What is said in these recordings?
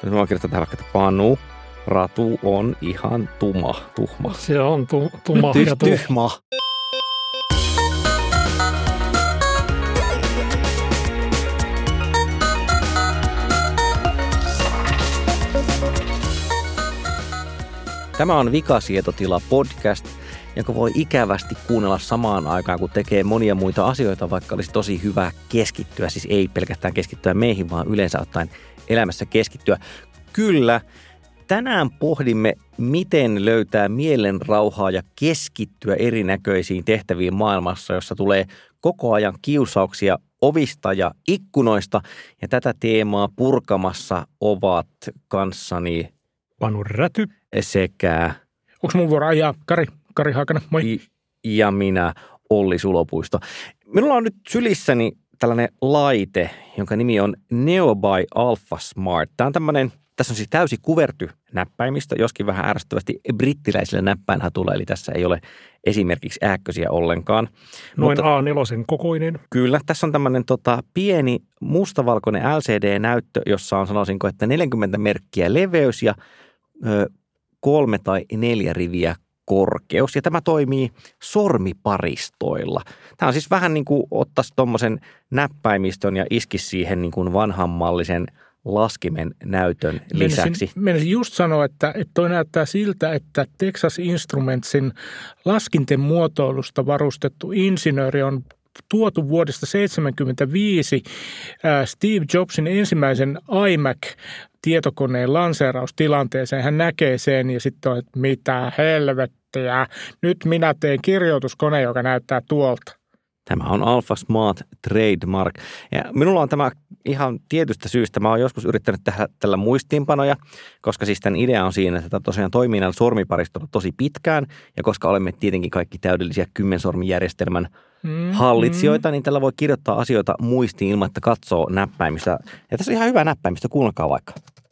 Mä voin kirjoittaa tähän vaikka, että Panu Ratu on ihan tuhma. Se on tuma ja tyhmä. Tämä on Vikasietotila podcast, jonka voi ikävästi kuunnella samaan aikaan, kun tekee monia muita asioita, vaikka olisi tosi hyvä keskittyä. Siis ei pelkästään keskittyä meihin, vaan yleensä ottaen elämässä keskittyä. Kyllä, tänään pohdimme, miten löytää mielen rauhaa ja keskittyä erinäköisiin tehtäviin maailmassa, jossa tulee koko ajan kiusauksia ovista ja ikkunoista. Ja tätä teemaa purkamassa ovat kanssani Panu Räty sekä... Onko mun vuoro ajaa? Kari Haakanen, moi. Ja minä, Olli Sulopuisto. Minulla on nyt sylissäni tällainen laite, jonka nimi on Neobuy Alpha Smart. Tämä on tämmöinen, tässä on siis täysi kuverty-näppäimistö, joskin vähän ärsyttävästi brittiläisillä näppäinhatulla, eli tässä ei ole esimerkiksi ääkkösiä ollenkaan. Noin A4 kokoinen. Kyllä, tässä on tämmöinen pieni mustavalkoinen LCD-näyttö, jossa on sanoisinko, että 40 merkkiä leveys ja 3 tai 4 riviä korkeus. Ja tämä toimii sormiparistoilla. Tämä on siis vähän niin kuin ottaisi tuommoisen näppäimistön ja iskisi siihen niin kuin vanhanmallisen laskimen näytön lisäksi. Menisin just sanoa, että toi näyttää siltä, että Texas Instrumentsin laskinten muotoilusta varustettu insinööri on tuotu vuodesta 1975 Steve Jobsin ensimmäisen iMac-tietokoneen lanseeraustilanteeseen. Hän näkee sen ja sitten on, että mitä helvettiä, nyt minä teen kirjoituskone, joka näyttää tuolta. Tämä on Alpha Smart Trademark. Ja minulla on tämä ihan tietystä syystä. Mä oon joskus yrittänyt tehdä tällä muistiinpanoja, koska siis tämän idea on siinä, että tämä tosiaan toimii näillä sormiparistolla tosi pitkään. Ja koska olemme tietenkin kaikki täydellisiä kymmensormijärjestelmän hallitsijoita, niin tällä voi kirjoittaa asioita muistiin ilman, että katsoo näppäimistä. Ja tässä on ihan hyvä näppäimistö, kuunnelkaa vaikka.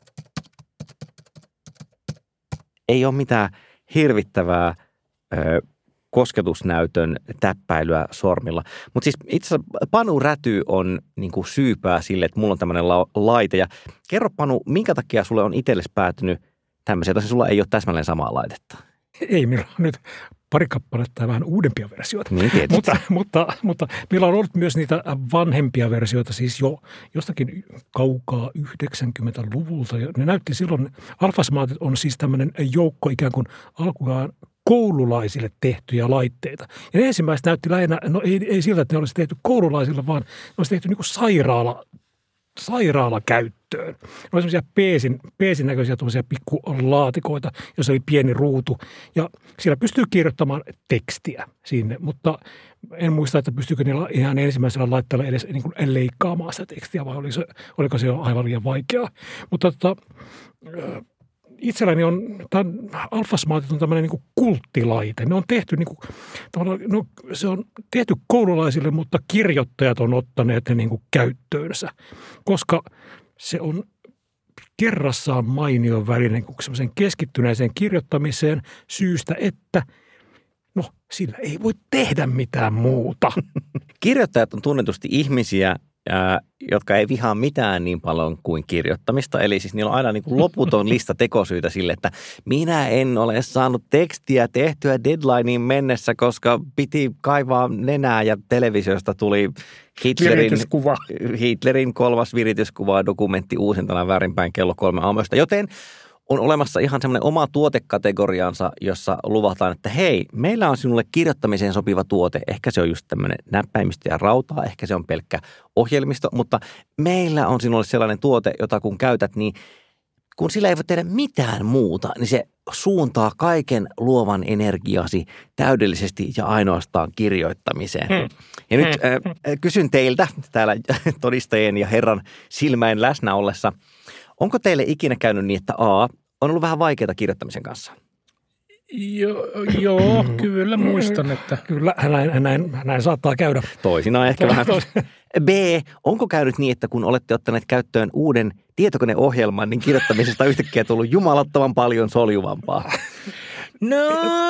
Ei ole mitään hirvittävää kosketusnäytön täppäilyä sormilla. Mutta siis itse asiassa Panu Räty on niinku syypää sille, että mulla on tämmöinen laite. Ja kerro Panu, minkä takia sulle on itsellesi päätynyt tämmöisiä? Tosin sulla ei ole täsmälleen samaa laitetta. Ei, meillä on nyt pari kappaletta ja vähän uudempia versioita. Niin, mutta meillä on ollut myös niitä vanhempia versioita, siis jo jostakin kaukaa 90-luvulta. Ja ne näytti silloin, Alpha Smart on siis tämmöinen joukko ikään kuin alkuaan koululaisille tehtyjä laitteita. Ja ne ensimmäiset näytti lähinnä, no ei siltä, että ne olisi tehty koululaisille, vaan ne olisi tehty niin kuin sairaalakäyttöön. Ne oli semmoisia peesin näköisiä tuollaisia pikkulaatikoita, jossa oli pieni ruutu. Ja siellä pystyy kirjoittamaan tekstiä sinne, mutta en muista, että pystyykö niillä ihan ensimmäisellä laitteella edes niin kuin leikkaamaan sitä tekstiä, vai oliko se jo aivan liian vaikeaa. Mutta itselläni on, Alpha Smart on tämmöinen niin kuin kulttilaite. Ne on tehty se on tehty koululaisille, mutta kirjoittajat on ottaneet ne niin kuin käyttöönsä, koska se on kerrassaan mainion väline semmoisen keskittyneeseen kirjoittamiseen syystä, että sillä ei voi tehdä mitään muuta. Kirjoittajat on tunnetusti ihmisiä, jotka ei vihaa mitään niin paljon kuin kirjoittamista. Eli siis niillä on aina niin kuin loputon lista tekosyitä sille, että minä en ole saanut tekstiä tehtyä deadlineen mennessä, koska piti kaivaa nenää ja televisiosta tuli Hitlerin 3. virityskuva dokumentti uusintana väärinpäin kello 3 aamuista. Joten on olemassa ihan semmoinen oma tuotekategoriansa, jossa luvataan, että hei, meillä on sinulle kirjoittamiseen sopiva tuote. Ehkä se on just tämmöinen näppäimistö ja rautaa, ehkä se on pelkkä ohjelmisto, mutta meillä on sinulle sellainen tuote, jota kun käytät, niin kun sillä ei voi tehdä mitään muuta, niin se suuntaa kaiken luovan energiasi täydellisesti ja ainoastaan kirjoittamiseen. Ja nyt kysyn teiltä täällä todistajien ja Herran silmäin läsnä ollessa, onko teille ikinä käynyt niin, että on ollut vähän vaikeaa kirjoittamisen kanssa? Joo, kyllä muistan, että kyllä näin saattaa käydä. Toisinaan ehkä vähän. B, onko käynyt niin, että kun olette ottaneet käyttöön uuden tietokoneohjelman, niin kirjoittamisesta yhtäkkiä tullut jumalattoman paljon soljuvampaa? No,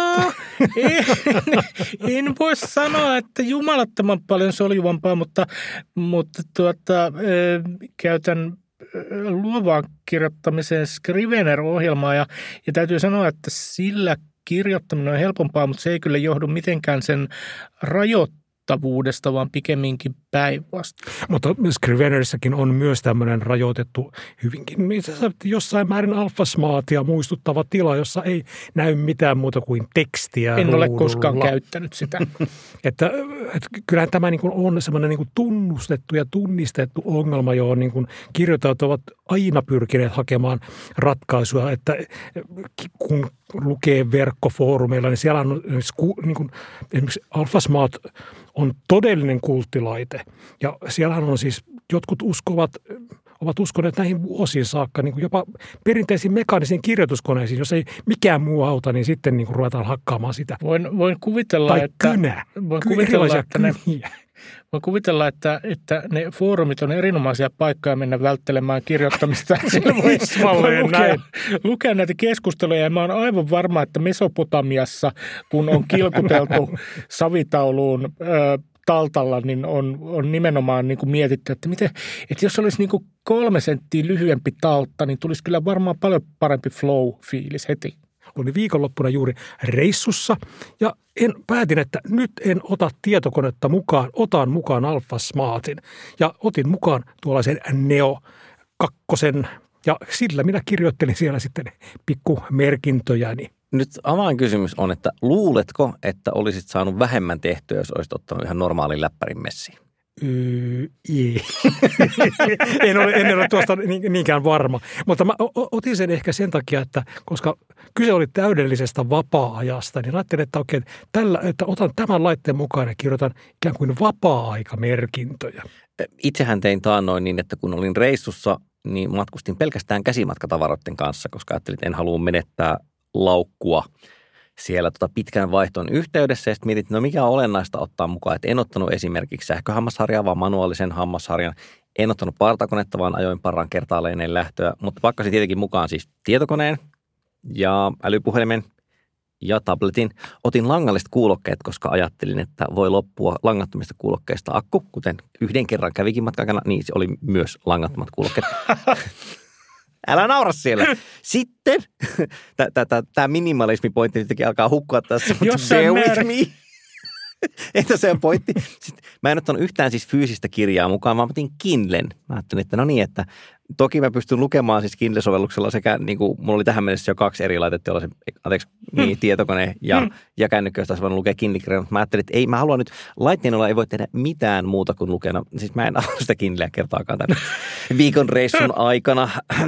en voi sanoa, että jumalattoman paljon soljuvampaa, mutta käytän luovaan kirjoittamiseen Scrivener-ohjelmaa ja täytyy sanoa, että sillä kirjoittaminen on helpompaa, mutta se ei kyllä johdu mitenkään sen rajoittavuudesta, vaan pikemminkin päinvastoin. Mutta Scrivenerissäkin on myös tämmöinen rajoitettu hyvinkin jossain määrin alfasmaatia muistuttava tila, jossa ei näy mitään muuta kuin tekstiä En ruudulla. ole koskaan käyttänyt sitä. Että kyllähän tämä niin kuin on semmoinen niin kuin tunnustettu ja tunnistettu ongelma, johon niin kuin kirjoittajat ovat aina pyrkineet hakemaan ratkaisuja, että kun lukee verkkofoorumeilla, niin siellä on niin kuin, esimerkiksi Alphasmart on todellinen kulttilaite. Ja siellähän on siis, jotkut ovat uskoneet näihin vuosiin saakka niin kuin jopa perinteisiin mekaanisiin kirjoituskoneisiin. Jos ei mikään muu auta, niin sitten niin kuin ruvetaan hakkaamaan sitä. Voin kuvitella, tai että kynä. Voin kuvitella, että ne foorumit on erinomaisia paikkoja mennä välttelemään kirjoittamista. Siellä voi lukea näitä keskusteluja ja mä oon aivan varma, että Mesopotamiassa, kun on kilkuteltu savitauluun taltalla, niin on nimenomaan niin kuin mietitty, että jos olisi niin kuin 3 senttiä lyhyempi taltta, niin tulisi kyllä varmaan paljon parempi flow-fiilis heti. Olin viikonloppuna juuri reissussa ja päätin, että nyt en ota tietokonetta mukaan, otan mukaan Alphasmartin ja otin mukaan tuollaisen Neo 2 ja sillä minä kirjoittelin siellä sitten pikkumerkintöjäni. Nyt avainkysymys on, että luuletko, että olisit saanut vähemmän tehtyä, jos olisit ottanut ihan normaalin läppärin messiin? Ei. en ole tuosta niinkään varma, mutta mä otin sen ehkä sen takia, että koska kyse oli täydellisestä vapaa-ajasta, niin ajattelin, että okei, että otan tämän laitteen mukaan ja kirjoitan ikään kuin vapaa-aikamerkintöjä. Itsehän tein taannoin niin, että kun olin reissussa, niin matkustin pelkästään käsimatkatavaroiden kanssa, koska ajattelin, että en halua menettää laukkua siellä pitkän vaihton yhteydessä ja sitten mietit, no mikä on olennaista ottaa mukaan, että en ottanut esimerkiksi sähköhammasharjaa, vaan manuaalisen hammasharjan. En ottanut partakonetta, vaan ajoin parran kertaalleen ennen lähtöä, mutta pakkasin tietenkin mukaan siis tietokoneen ja älypuhelimen ja tabletin. Otin langalliset kuulokkeet, koska ajattelin, että voi loppua langattomista kuulokkeista akku, kuten yhden kerran kävikin matkakana, niin se oli myös langattomat kuulokkeet. Älä naura siellä. Sitten, tämä minimalismipointti nytkin alkaa hukkua tässä, mutta bear with me. Että se on pointti. Sitten, mä en ottanut yhtään siis fyysistä kirjaa mukaan, vaan otin Kindlen. Mä ajattelin, että no niin, että toki mä pystyn lukemaan siis Kindle-sovelluksella sekä, niin kuin mulla oli tähän mennessä jo 2 eri laitetta, jolla se, tietokone ja kännykkä, josta olisi voinut lukea Kindle-kirjaa, mutta mä ajattelin, että ei, mä haluan nyt, laitteen, jolla ei voi tehdä mitään muuta kuin lukena. Siis mä en avannut sitä Kindleä kertaakaan tämän viikon reissun aikana.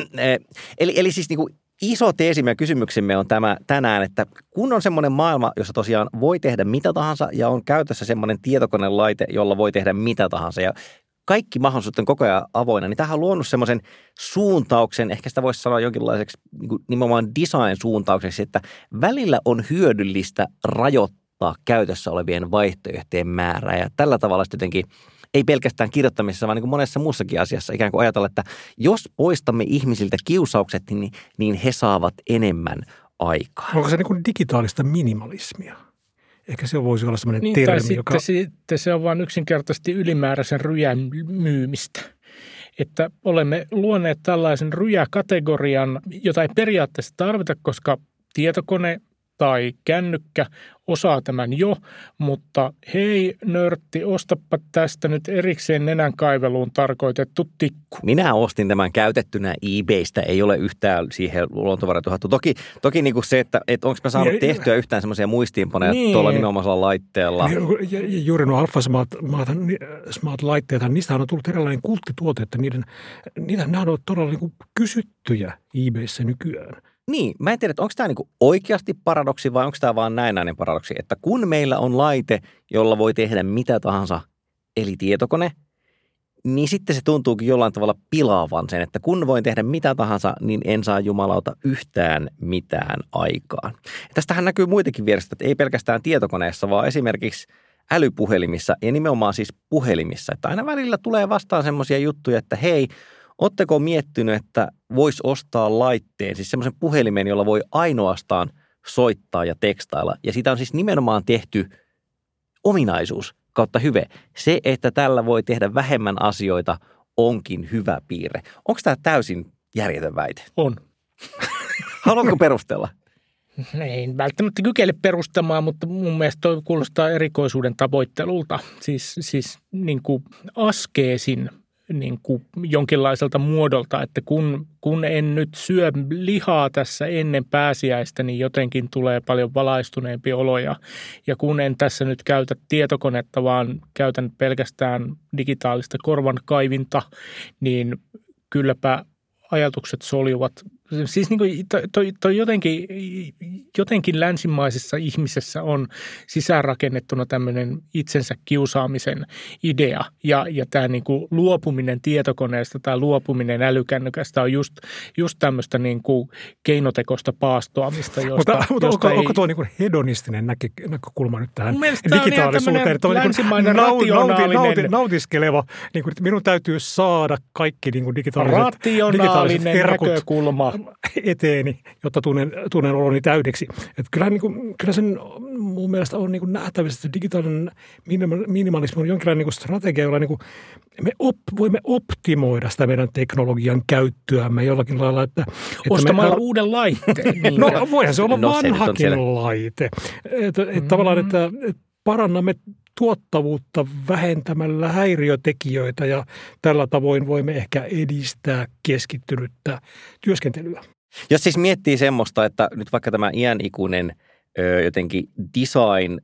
Eli siis niin kuin iso teesimme ja kysymyksemme on tämä tänään, että kun on semmoinen maailma, jossa tosiaan voi tehdä mitä tahansa ja on käytössä semmoinen tietokonelaite, jolla voi tehdä mitä tahansa ja kaikki mahdollisuudet on koko ajan avoinna, niin tähän on luonut semmoisen suuntauksen, ehkä sitä voisi sanoa jonkinlaiseksi niin kuin nimenomaan design-suuntaukseksi, että välillä on hyödyllistä rajoittaa käytössä olevien vaihtoehtojen määrää ja tällä tavalla sitten jotenkin ei pelkästään kirjoittamisessa, vaan niin kuin monessa muussakin asiassa ikään kuin ajatella, että jos poistamme ihmisiltä kiusaukset, niin he saavat enemmän aikaa. Onko se niin kuin digitaalista minimalismia? Ehkä se voisi olla sellainen niin, termi, tai joka... sitten se on vain yksinkertaisesti ylimääräisen ryjän myymistä. Että olemme luoneet tällaisen ryjäkategorian, jota ei periaatteessa tarvita, koska tietokone tai kännykkä osaa tämän jo, mutta hei nörtti, ostapa tästä nyt erikseen nenänkaiveluun tarkoitettu tikku. Minä ostin tämän käytettynä eBaystä, ei ole yhtään siihen luontovaratuhattu. Toki niin kuin se, että onko mä saanut tehtyä yhtään semmoisia muistiinpanoja tuolla nimenomaisella laitteella. Ja juuri nuo Alphasmart-laitteet, niistähän on tullut erilainen kulttituote, että nämä ovat todella niin kuin kysyttyjä eBayssä nykyään. Niin, mä en tiedä, että onko tämä niinku oikeasti paradoksi vai onko tämä vaan näennäinen paradoksi, että kun meillä on laite, jolla voi tehdä mitä tahansa, eli tietokone, niin sitten se tuntuukin jollain tavalla pilaavan sen, että kun voin tehdä mitä tahansa, niin en saa jumalauta yhtään mitään aikaan. Ja tästähän näkyy muitakin vierestä, että ei pelkästään tietokoneessa, vaan esimerkiksi älypuhelimissa ja nimenomaan siis puhelimissa, että aina välillä tulee vastaan semmoisia juttuja, että hei, ootteko miettinyt, että voisi ostaa laitteen, siis semmoisen puhelimen, jolla voi ainoastaan soittaa ja tekstailla. Ja siitä on siis nimenomaan tehty ominaisuus kautta hyve. Se, että tällä voi tehdä vähemmän asioita, onkin hyvä piirre. Onko tämä täysin järjetön väite? On. Haluatko perustella? Ei välttämättä kykene perustamaan, mutta mun mielestä toi kuulostaa erikoisuuden tavoittelulta. Siis niin kuin askeesin niin kuin jonkinlaiselta muodolta, että kun en nyt syö lihaa tässä ennen pääsiäistä, niin jotenkin tulee paljon valaistuneempi olo. Ja kun en tässä nyt käytä tietokonetta, vaan käytän pelkästään digitaalista korvankaivinta, niin kylläpä ajatukset soljuvat. Siis niin kuin toi jotenkin länsimaisessa ihmisessä on sisäänrakennettuna tämmöinen itsensä kiusaamisen idea. Ja tämä niin kuin luopuminen tietokoneesta tai luopuminen älykännykästä on just tämmöistä niin kuin keinotekoista paastoamista. Mutta onko tuo niin kuin hedonistinen näkökulma nyt tähän digitaalisuuteen? Tämä on länsimainen rationaalinen. Nautiskeleva, niin kuin, että minun täytyy saada kaikki niin kuin digitaaliset näkökulma eteeni, jotta tunnen oloni täydeksi. Että kyllä sen mun mielestä on niin kuin nähtävissä, että digitaalinen minimalismi on jonkinlainen niin kuin strategia, jolla niin kuin me voimme optimoida sitä meidän teknologian käyttöämme jollakin lailla. Että ostamalla uuden laitteen. Niin. No voihan se olla vanhakin laite. Tavallaan, että parannamme tuottavuutta vähentämällä häiriötekijöitä ja tällä tavoin voimme ehkä edistää keskittynyttä työskentelyä. Jos siis miettii semmoista, että nyt vaikka tämä iänikuinen jotenkin design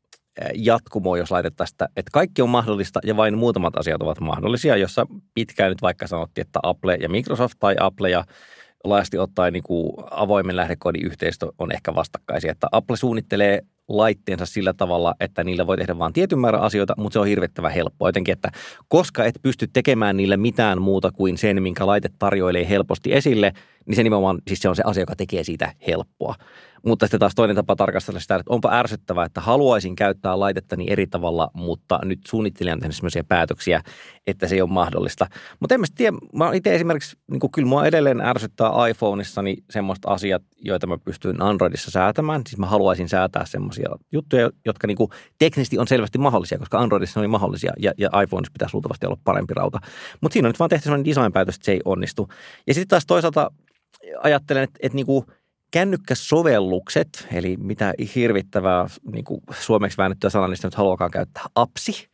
jatkumo, jos laitettaisiin sitä, että kaikki on mahdollista ja vain muutamat asiat ovat mahdollisia, jossa pitkään nyt vaikka sanottiin, että Apple ja Microsoft tai Apple ja laajasti ottaen niin kuin avoimen lähdekoodin yhteistyö on ehkä vastakkaisia, että Apple suunnittelee laitteensa sillä tavalla, että niillä voi tehdä vain tietyn määrän asioita, mutta se on hirvittävän helppoa. Jotenkin, että koska et pysty tekemään niille mitään muuta kuin sen, minkä laite tarjoilee helposti esille, niin se nimenomaan, siis se on se asia, joka tekee siitä helppoa. Mutta sitten taas toinen tapa tarkastella sitä, että onpa ärsyttävää, että haluaisin käyttää laitettani eri tavalla, mutta nyt suunnittelija on tehnyt sellaisia päätöksiä, että se ei ole mahdollista. Mutta en mä tiedä, mä itse esimerkiksi, niin kuin kyllä mua edelleen ärsyttää iPhoneissani semmoista asiat, joita mä pystyn Androidissa säätämään. Siis mä haluaisin säätää semmoisia juttuja, jotka niin kuin teknisesti on selvästi mahdollisia, koska Androidissa ne oli mahdollisia ja iPhoneissa pitäisi luultavasti olla parempi rauta. Mutta siinä on nyt vaan tehty sellainen design-päätös, että se ei onnistu. Ja sitten taas toisaalta ajattelen, että niin kuin kännykkäsovellukset, eli mitä hirvittävää niin kuin suomeksi väännettyä sanaa, niin nyt haluakaan käyttää apsi,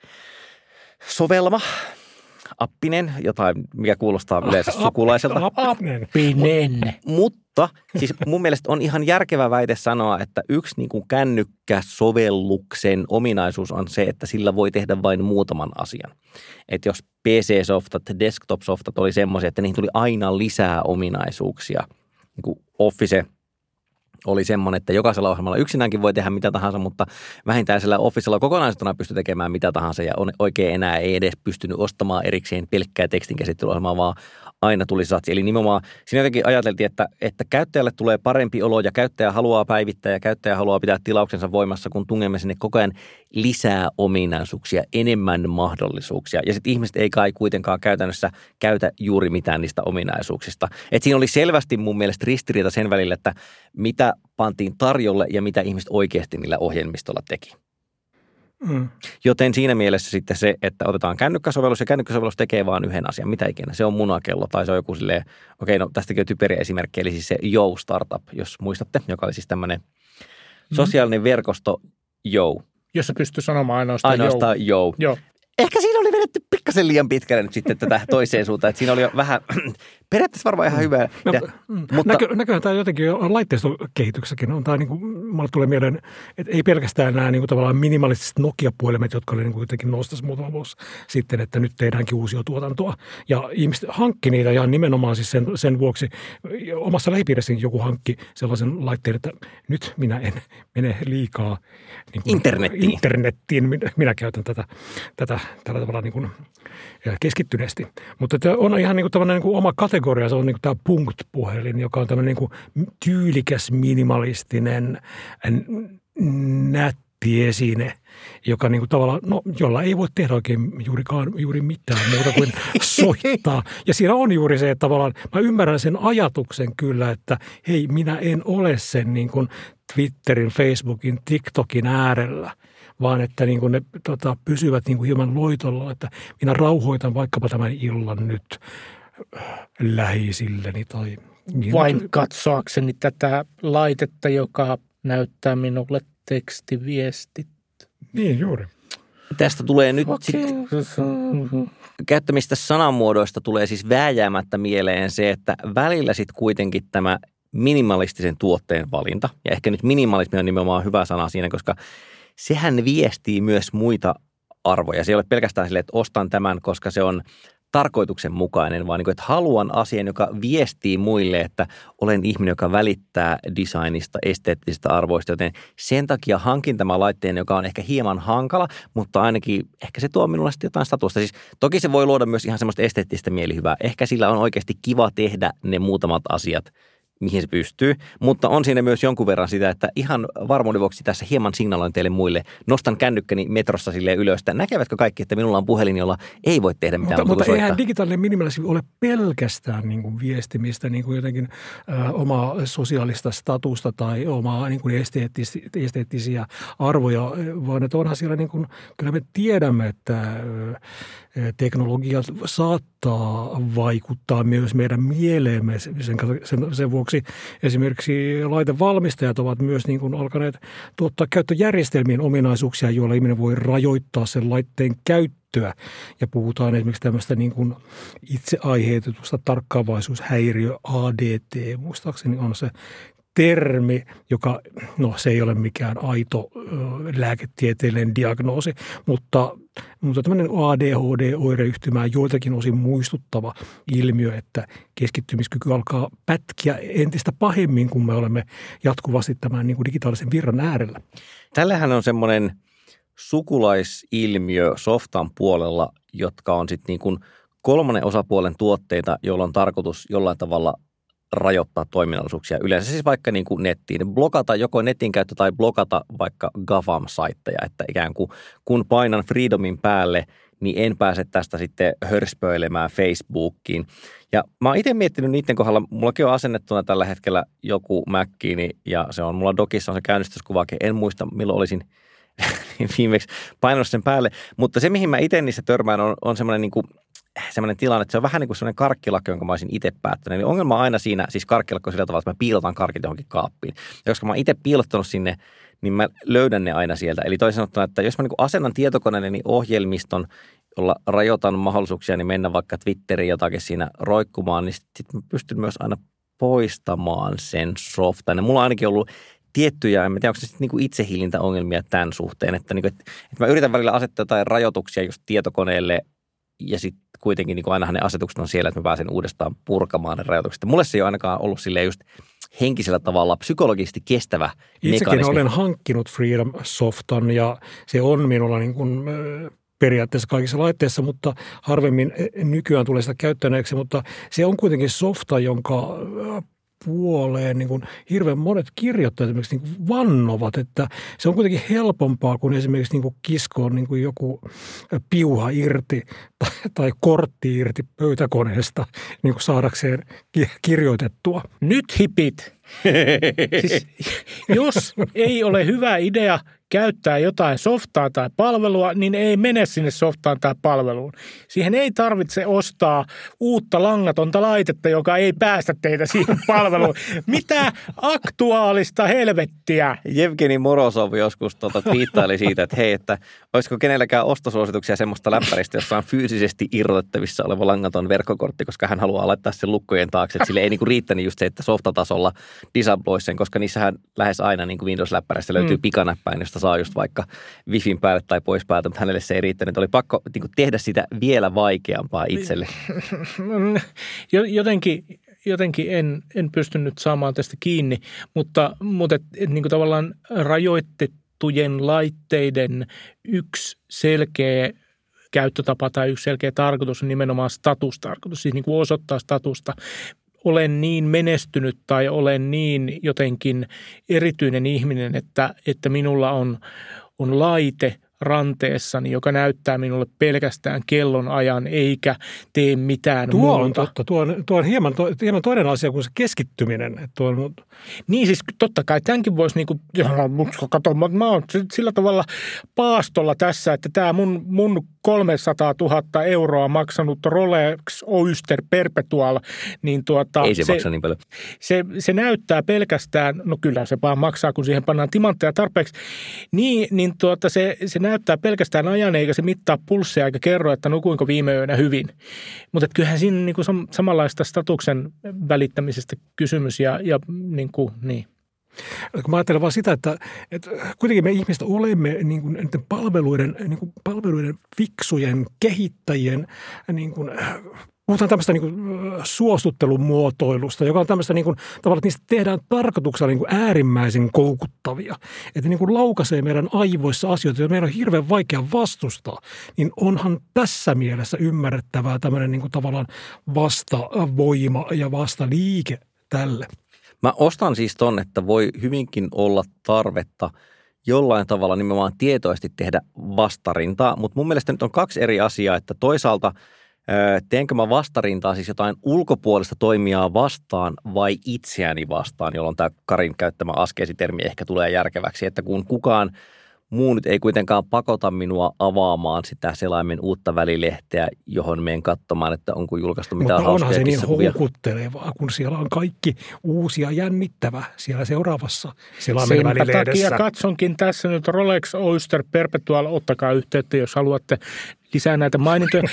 sovelma, appinen, jotain, mikä kuulostaa yleensä sukulaiselta. Appinen. Mutta siis mun mielestä on ihan järkevä väite sanoa, että yksi niin kuin kännykkäsovelluksen ominaisuus on se, että sillä voi tehdä vain muutaman asian. Että jos PC-softat, desktop-softat oli semmoisia, että niihin tuli aina lisää ominaisuuksia, niin kuin Office oli semmoinen, että jokaisella ohjelmalla yksinäänkin voi tehdä mitä tahansa, mutta vähintään sillä Officella kokonaisuutena pystyy tekemään mitä tahansa ja oikein enää ei edes pystynyt ostamaan erikseen pelkkää tekstinkäsittelyohjelmaa, vaan aina tuli satsi. Eli nimenomaan siinä jotenkin ajateltiin, että käyttäjälle tulee parempi olo ja käyttäjä haluaa päivittää ja käyttäjä haluaa pitää tilauksensa voimassa, kun tungemme sinne koko ajan lisää ominaisuuksia, enemmän mahdollisuuksia. Ja sitten ihmiset ei kai kuitenkaan käytännössä käytä juuri mitään niistä ominaisuuksista. Et siinä oli selvästi mun mielestä ristiriita sen välillä, että mitä pantiin tarjolle ja mitä ihmiset oikeasti niillä ohjelmistolla teki. Joten siinä mielessä sitten se, että otetaan kännykkäsovellus ja kännykkäsovellus tekee vaan yhden asian, mitä ikinä. Se on munakello tai se on joku silleen, okei, no tästäkin on typeriä esimerkki, eli siis se Yo Startup, jos muistatte, joka oli siis tämmöinen sosiaalinen verkosto Yo. Jossa pystyy sanomaan ainoastaan Yo. Joo. Ehkä siinä oli vedetty pikkasen liian pitkälle nyt sitten tätä toiseen suuntaan, että siinä oli jo vähän, periaatteessa varmaan ihan hyvä. Mutta näköjään tämä jotenkin laitteistokehityksessäkin on tämä niin kuin, mulle tulee mieleen, että ei pelkästään nämä niin kuin tavallaan minimalistiset Nokia-puhelimet, jotka oli niin kuin jotenkin nostassa muutama vuosi sitten, että nyt tehdäänkin uusia tuotantoa. Ja ihmiset hankki niitä ja nimenomaan siis sen vuoksi omassa lähipiirissäkin joku hankki sellaisen laitteen, että nyt minä en mene liikaa niin kuin internettiin. Minä käytän tätä tällä tavalla niin kuin keskittyneesti. Mutta on ihan niin kuin niin kuin oma kategoria, se on niin kuin tämä Punkt-puhelin, joka on tämmöinen niin kuin tyylikäs, minimalistinen, nätti esine, joka niin kuin tavallaan, no jolla ei voi tehdä oikein juuri mitään muuta kuin soittaa. Ja siinä on juuri se, että tavallaan mä ymmärrän sen ajatuksen kyllä, että hei, minä en ole sen niin kuin Twitterin, Facebookin, TikTokin äärellä, vaan että niin kuin ne pysyvät niin kuin hieman loitolla, että minä rauhoitan vaikkapa tämän illan nyt läheisilleni tai niin. Vain katsoakseni tätä laitetta, joka näyttää minulle tekstiviestit. Niin juuri. Tästä tulee nyt sitten käyttämistä sanamuodoista tulee siis vääjäämättä mieleen se, että välillä sitten kuitenkin tämä minimalistisen tuotteen valinta, ja ehkä nyt minimalismi on nimenomaan hyvä sana siinä, koska sehän viestii myös muita arvoja. Se ei ole pelkästään silleen, että ostan tämän, koska se on tarkoituksenmukainen, vaan niin kuin, että haluan asian, joka viestii muille, että olen ihminen, joka välittää designista, esteettisistä arvoista, joten sen takia hankin tämän laitteen, joka on ehkä hieman hankala, mutta ainakin ehkä se tuo minulle sitten jotain statusta. Siis toki se voi luoda myös ihan semmoista esteettistä mielihyvää. Ehkä sillä on oikeasti kiva tehdä ne muutamat asiat, mihin se pystyy, mutta on siinä myös jonkun verran sitä, että ihan varmuuden vuoksi tässä hieman signaloin teille muille. Nostan kännykkäni metrossa silleen ylös, että näkevätkö kaikki, että minulla on puhelin, jolla ei voi tehdä mitään. Mutta eihän digitaalinen minimalismi ole pelkästään niin kuin viestimistä, niin kuin jotenkin omaa sosiaalista statusta tai omaa niin kuin esteettisiä arvoja, vaan että onhan siellä niin kuin, kyllä me tiedämme, että teknologia saattaa vaikuttaa myös meidän mieleemme. Sen vuoksi esimerkiksi laitevalmistajat ovat myös niin kuin alkaneet tuottaa käyttöjärjestelmien ominaisuuksia, joilla ihminen voi rajoittaa sen laitteen käyttöä. Ja puhutaan esimerkiksi tämmöistä niin kuin itseaiheutetusta tarkkaavaisuushäiriö ADT, muistaakseni on se termi, joka, no se ei ole mikään aito lääketieteellinen diagnoosi, mutta tämmöinen ADHD-oireyhtymä on joiltakin osin muistuttava ilmiö, että keskittymiskyky alkaa pätkiä entistä pahemmin, kun me olemme jatkuvasti tämän niin kuin digitaalisen virran äärellä. Tällähän on semmoinen sukulaisilmiö softan puolella, jotka on sitten niin kuin kolmannen osapuolen tuotteita, joilla on tarkoitus jollain tavalla rajoittaa toiminnallisuuksia. Yleensä siis vaikka niin kuin nettiin. Blokata joko netin käyttö tai blokata vaikka GAFAM-saitteja, että ikään kuin kun painan Freedomin päälle, niin en pääse tästä sitten hörspöilemään Facebookiin. Ja mä oon itse miettinyt niiden kohdalla, mullakin on asennettuna tällä hetkellä joku Mackiini ja se on mulla dokissa on se käynnistyskuvakin. En muista milloin olisin viimeksi painanut sen päälle, mutta se mihin mä itse niissä törmään on semmoinen niin kuin semmoinen tilanne, että se on vähän niin kuin semmoinen karkkilakko, jonka mä olisin itse päättänyt. Eli ongelma on aina siinä, siis karkkilakko sillä tavalla, että mä piilotan karkit johonkin kaappiin. Ja koska mä oon itse piilottanut sinne, niin mä löydän ne aina sieltä. Eli toisin sanottuna, että jos mä niin kuin asennan tietokoneeni ohjelmiston, jolla rajoitan mahdollisuuksia, niin mennä vaikka Twitteriin jotakin siinä roikkumaan, niin sitten mä pystyn myös aina poistamaan sen softan. Ja mulla on ainakin ollut tiettyjä, en tiedä, onko se sitten niinku itsehillintäongelmia tämän suhteen, että mä yritän välillä asettaa jotain rajoituksia just tietokoneelle ja sitten kuitenkin niin ainahan ne asetukset on siellä, että mä pääsen uudestaan purkamaan ne rajoitukset. Mulle se ei ole ainakaan ollut silleen just henkisellä tavalla psykologisesti kestävä mekanismi. Itsekin olen hankkinut Freedom Softan ja se on minulla niin kuin periaatteessa kaikissa laitteissa, mutta harvemmin nykyään tulee sitä käyttäneeksi, mutta se on kuitenkin softa, jonka puoleen niin kuin hirveän monet kirjoittajat esimerkiksi niin kuin vannovat, että se on kuitenkin helpompaa kuin esimerkiksi niin kuin kiskoon niin kuin joku piuha irti tai kortti irti pöytäkoneesta niin kuin saadakseen kirjoitettua. Nyt hipit! Siis, jos ei ole hyvä idea käyttää jotain softaa tai palvelua, niin ei mene sinne softaan tai palveluun. Siihen ei tarvitse ostaa uutta langatonta laitetta, joka ei päästä teitä siihen palveluun. Mitä aktuaalista helvettiä? Jevgeni Morozov joskus twiittaili siitä, että hei, että olisiko kenelläkään ostosuosituksia semmoista läppäristä, jossa on fyysisesti irrotettavissa oleva langaton verkkokortti, koska hän haluaa laittaa sen lukkojen taakse. Että sille ei niinku riittänyt just se, että softatasolla disabloisi sen, koska niissähän lähes aina niin kuin Windows-läppäreistä löytyy pikanäppäin, josta saa just vaikka Wifin päälle tai pois päältä, mutta hänelle se ei riittänyt. Oli pakko niin kuin tehdä sitä vielä vaikeampaa itselle. Jotenkin en pystynyt saamaan tästä kiinni, mutta niin kuin tavallaan rajoitettujen laitteiden yksi selkeä käyttötapa tai yksi selkeä tarkoitus on nimenomaan statustarkoitus, siis niin kuin osoittaa statusta. Olen niin menestynyt tai olen niin jotenkin erityinen ihminen, että minulla on laite ranteessani, joka näyttää minulle pelkästään kellonajan eikä tee mitään tuo muuta. On totta. Tuo on hieman toinen asia kuin se keskittyminen. Niin siis totta kai tämänkin voisi katsoa, mä oon sillä tavalla paastolla tässä, että tämä mun 300 000 euroa maksanut Rolex Oyster Perpetual, niin ei se maksa niin paljon. Se näyttää pelkästään, no kyllä se vaan maksaa, kun siihen pannaan timantteja tarpeeksi, se näyttää pelkästään ajan, eikä se mittaa pulssia eikä kerro, että nukuinko viime yönä hyvin. Mutta kyllähän siinä niin kuin samanlaista statuksen välittämisestä kysymys ja niin. Mä ajattelen vaan sitä, että kuitenkin me ihmiset olemme niin kuin näiden palveluiden fiksujen kehittäjien niin kuin, puhutaan tämmöistä niin kuin suostuttelun muotoilusta, joka on tämmöistä niin kuin, tavallaan, että niistä tehdään tarkoituksella niin kuin äärimmäisen koukuttavia. Että niin kuin laukaisee meidän aivoissa asioita, joita meidän on hirveän vaikea vastustaa, niin onhan tässä mielessä ymmärrettävää tämmöinen niin kuin tavallaan vastavoima ja vastaliike tälle. Mä ostan siis ton, että voi hyvinkin olla tarvetta jollain tavalla nimenomaan tietoisesti tehdä vastarintaa, mutta mun mielestä nyt on kaksi eri asiaa, että toisaalta teenkö mä vastarintaa siis jotain ulkopuolista toimijaa vastaan vai itseäni vastaan, jolloin tämä Karin käyttämä askeesitermi ehkä tulee järkeväksi, että kun kukaan muu nyt ei kuitenkaan pakota minua avaamaan sitä selaimen uutta välilehteä, johon menen katsomaan, että onko julkaistu mitään hauskaa kissakuvia. Mutta onhan se niin kuvia. houkuttelevaa, kun siellä on kaikki uusia jännittävä siellä seuraavassa selaimen välilehdessä. Senpä takia katsonkin tässä nyt Rolex Oyster Perpetual, ottakaa yhteyttä, jos haluatte lisää näitä mainintoja,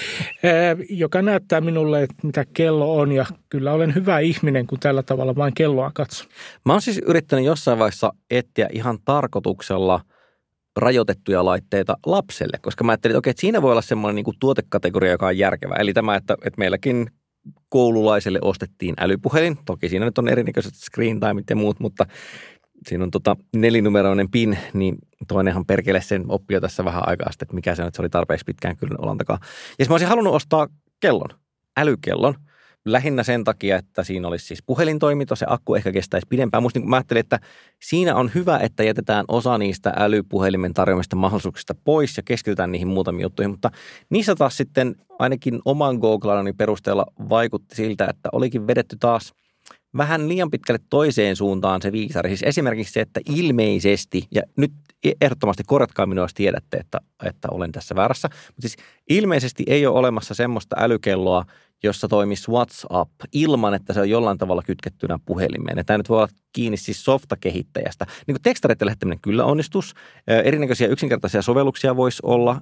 joka näyttää minulle, että mitä kello on, ja kyllä olen hyvä ihminen, kun tällä tavalla vain kelloa katson. Mä oon siis yrittänyt jossain vaiheessa etsiä ihan tarkoituksella rajoitettuja laitteita lapselle, koska mä ajattelin, että okei, että siinä voi olla semmoinen niin kuin tuotekategoria, joka on järkevä. Eli tämä, että meilläkin koululaiselle ostettiin älypuhelin. Toki siinä nyt on erinäköiset screen timeit ja muut, mutta siinä on 4-numeroinen PIN, niin toinenhan perkele sen oppi jo tässä vähän aikaa sitten, että mikä se on, että se oli tarpeeksi pitkään kyllä olan takaa. Ja mä olisin halunnut ostaa kellon, älykellon. Lähinnä sen takia, että siinä olisi siis puhelintoiminto, se akku ehkä kestäisi pidempään. Musta niin mä ajattelin, että siinä on hyvä, että jätetään osa niistä älypuhelimen tarjoamista mahdollisuuksista pois ja keskitytään niihin muutamiin juttuihin. Mutta niissä taas sitten ainakin oman googlailuni perusteella vaikutti siltä, että olikin vedetty taas vähän liian pitkälle toiseen suuntaan se viisari. Siis esimerkiksi se, että ilmeisesti, ja nyt ehdottomasti korjatkaa minua, jos tiedätte, että olen tässä väärässä, mutta siis ilmeisesti ei ole olemassa semmoista älykelloa, jossa toimisi WhatsApp ilman, että se on jollain tavalla kytkettynä puhelimeen. Ja tämä nyt voi olla kiinni siis softakehittäjästä. Niin kuin tekstareiden lähettäminen kyllä onnistus. Erinäköisiä yksinkertaisia sovelluksia voisi olla.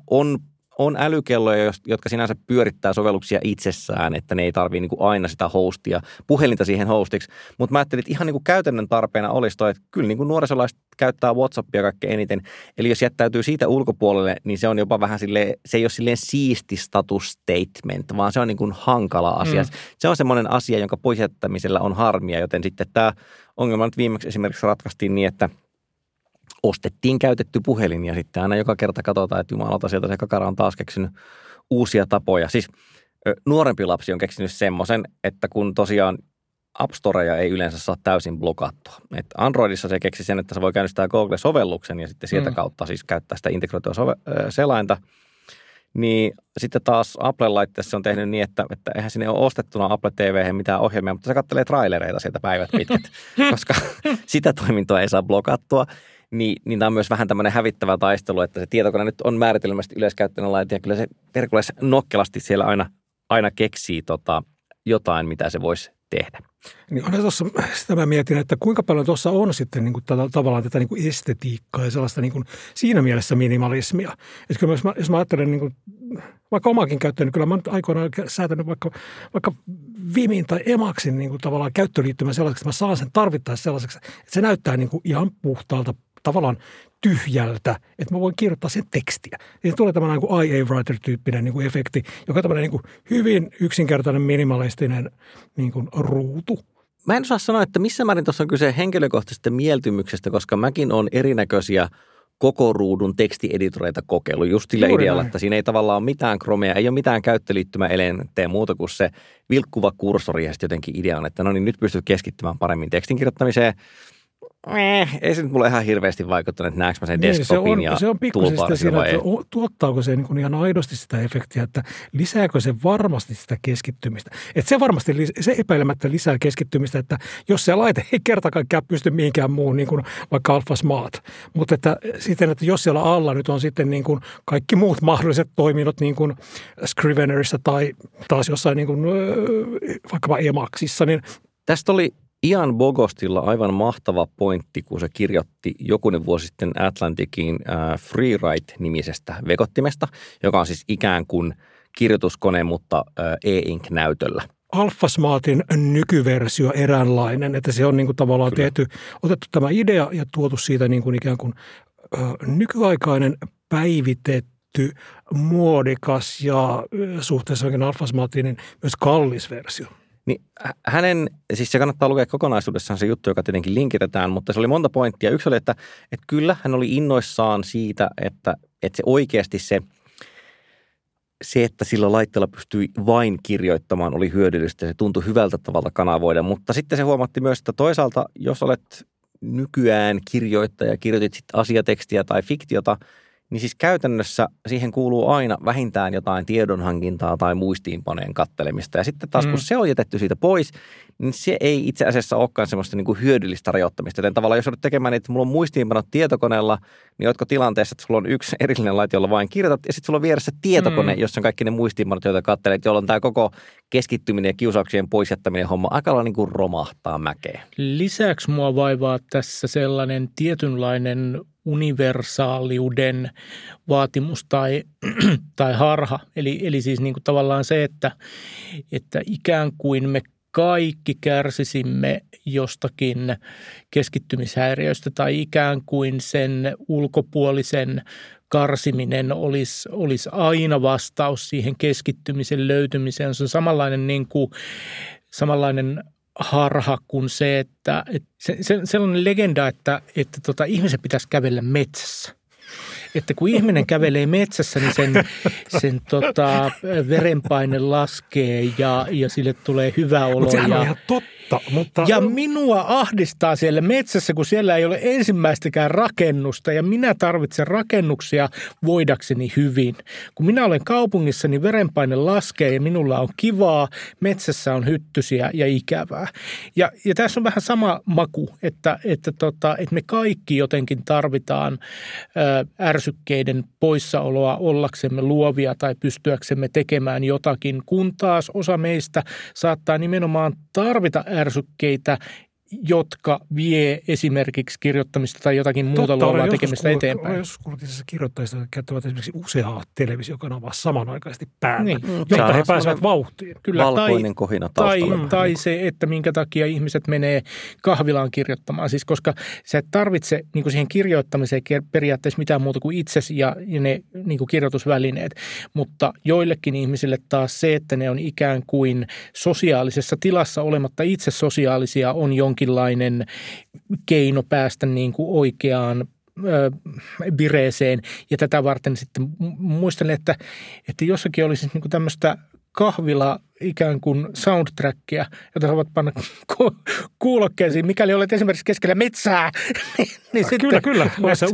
On älykelloja, jotka sinänsä pyörittää sovelluksia itsessään, että ne ei tarvitse niin kuin aina sitä hostia, puhelinta siihen hostiksi. Mutta mä ajattelin, että ihan niin kuin käytännön tarpeena olisi toi, että kyllä niin kuin nuorisolaiset käyttää WhatsAppia kaikkein eniten. Eli jos jättäytyy siitä ulkopuolelle, niin se on jopa vähän silleen, se ei ole silleen siisti status statement, vaan se on niin kuin hankala asia. Se on semmoinen asia, jonka pois jättämisellä on harmia, joten sitten tämä ongelma nyt viimeksi esimerkiksi ratkaistiin niin, että ostettiin käytetty puhelin ja sitten aina joka kerta katsotaan, että jumalauta sieltä se kakara on taas keksinyt uusia tapoja. Siis nuorempi lapsi on keksinyt semmoisen, että kun tosiaan App Storea ei yleensä saa täysin blokattua. Et Androidissa se keksi sen, että se voi käynnistää Google-sovelluksen ja sitten sieltä kautta siis käyttää sitä integroitua selainta. Niin sitten taas Apple-laitteessa on tehnyt niin, että eihän sinne ole ostettuna Apple TV:hen mitään ohjelmia, mutta se katselee trailereita sieltä päivät pitkät, koska sitä toimintoa ei saa blokattua. Niin tämä on myös vähän tämmöinen hävittävä taistelu, että se tietokone nyt on määritelmästi yleiskäyttöinen laite ja kyllä se Perkules nokkelasti siellä aina keksii jotain, mitä se voisi tehdä. Niin on tuossa, sitä mä mietin, että kuinka paljon tuossa on sitten niin kuin tavallaan tätä niin kuin estetiikkaa ja sellaista niin kuin siinä mielessä minimalismia. Että kyllä jos mä ajattelen niin kuin, vaikka omakin käyttöön, niin kyllä mä nyt aikoinaan säätänyt vaikka Vimin tai Emaxin niin kuin tavallaan käyttöliittymän sellaiseksi, että mä saan sen tarvittaessa sellaiseksi, että se näyttää niin kuin ihan puhtaalta tavallaan tyhjältä, että mä voin kirjoittaa sen tekstiä. Ja se tulee tämmöinen niin kuin IA Writer-tyyppinen niin kuin efekti, joka on tämmöinen niin kuin hyvin yksinkertainen minimalistinen niin kuin ruutu. Mä en osaa sanoa, että missä määrin tuossa on kyse henkilökohtaisesta mieltymyksestä, koska mäkin on erinäköisiä koko ruudun tekstieditoreita kokeillut just sillä idealla, että siinä ei tavallaan ole mitään Chromea, ei ole mitään käyttöliittymäelementtejä muuta kuin se vilkkuva kursori ja sitten jotenkin idea on, että no niin nyt pystyt keskittymään paremmin tekstin kirjoittamiseen. ei se nyt mulle ihan hirveästi vaikuttanut, että näenkö mä sen desktopin ja se on pikkuisen sitä siinä, vai että tuottaako se niin ihan aidosti sitä efektiä, että lisääkö se varmasti sitä keskittymistä. Että se epäilemättä lisää keskittymistä, että jos se laite ei kerta kaikkiaan pysty mihinkään muun, niin kuin vaikka Alpha Smart. Mutta että sitten, että jos siellä alla nyt on sitten niin kuin kaikki muut mahdolliset toiminnot niin kuin Scrivenerissa tai taas jossain niin kuin vaikkapa Emacsissa, niin tästä oli Ian Bogostilla aivan mahtava pointti, kun se kirjoitti jokunen vuosi sitten Atlanticin FreeWrite-nimisestä vekottimesta, joka on siis ikään kuin kirjoituskone, mutta e-ink-näytöllä. Alpha Smartin nykyversio eräänlainen, että se on niin kuin tavallaan otettu tämä idea ja tuotu siitä niin kuin ikään kuin nykyaikainen päivitetty, muodikas ja suhteessa Alpha Smartin niin myös kallis versio. Niin siis se kannattaa lukea kokonaisuudessaan se juttu, joka tietenkin linkitetään, mutta se oli monta pointtia. Yksi oli, että kyllä hän oli innoissaan siitä, että se oikeasti se, että sillä laitteella pystyi vain kirjoittamaan, oli hyödyllistä. Se tuntui hyvältä tavalla kanavoida, mutta sitten se huomatti myös, että toisaalta, jos olet nykyään kirjoittaja, kirjoitit sitten asiatekstiä tai fiktiota, niin siis käytännössä siihen kuuluu aina vähintään jotain tiedonhankintaa tai muistiinpaneen kattelemista. Ja sitten taas kun se on jätetty siitä pois, niin se ei itse asiassa olekaan semmoista niin kuin hyödyllistä rajoittamista. Joten tavallaan jos olet tekemään niitä, että mulla on muistiinpanot tietokoneella, niin oletko tilanteessa, että sulla on yksi erillinen laite, jolla vain kirjoitat, ja sitten sulla on vieressä tietokone, jossa on kaikki ne muistiinpanot, joita katselet, jolloin tämä koko keskittyminen ja kiusauksien poisjättäminen homma aika lailla niin kuin romahtaa mäkeen. Lisäksi mua vaivaa tässä sellainen tietynlainen universaaliuden vaatimus tai harha. Eli siis niin kuin tavallaan se, että ikään kuin me kaikki kärsisimme jostakin keskittymishäiriöstä tai ikään kuin sen ulkopuolisen karsiminen olisi aina vastaus siihen keskittymisen löytymiseen. Se on samanlainen harha kuin se, että sellainen legenda, että ihmisen pitäisi kävellä metsässä. Että kun ihminen kävelee metsässä, niin sen verenpaine laskee ja sille tulee hyvä olo. Mutta sehän on ihan totta. Ja minua ahdistaa siellä metsässä, kun siellä ei ole ensimmäistäkään rakennusta ja minä tarvitsen rakennuksia voidakseni hyvin. Kun minä olen kaupungissa, niin verenpaine laskee ja minulla on kivaa, metsässä on hyttysiä ja ikävää. Ja tässä on vähän sama maku, että me kaikki jotenkin tarvitaan ärsykkeiden poissaoloa ollaksemme luovia tai pystyäksemme tekemään jotakin, kun taas osa meistä saattaa nimenomaan tarvita ärsykkeitä, jotka vie esimerkiksi kirjoittamista tai jotakin muuta luovaa tekemistä eteenpäin. Olen joskus kuullut itse kirjoittajista, jotka käyttävät esimerkiksi useaa televisiokanavaa samanaikaisesti päällä, niin, jotta he pääsevät vauhtiin. Kyllä, valkoinen kohina taustalla. Tai se, että minkä takia ihmiset menee kahvilaan kirjoittamaan. Siis koska sä et tarvitse niin kuin siihen kirjoittamiseen periaatteessa mitään muuta kuin itsesi ja ne niin kuin kirjoitusvälineet. Mutta joillekin ihmisille taas se, että ne on ikään kuin sosiaalisessa tilassa olematta itse sosiaalisia, on jonkinlainen keino päästä niin kuin oikeaan vireeseen. Ja tätä varten sitten muistan, että jossakin olisi niin kuin tämmöistä kahvila ikään kuin soundtrackia, jota voit panna kuulokkeisiin, mikäli olet esimerkiksi keskellä metsää. niin kyllä.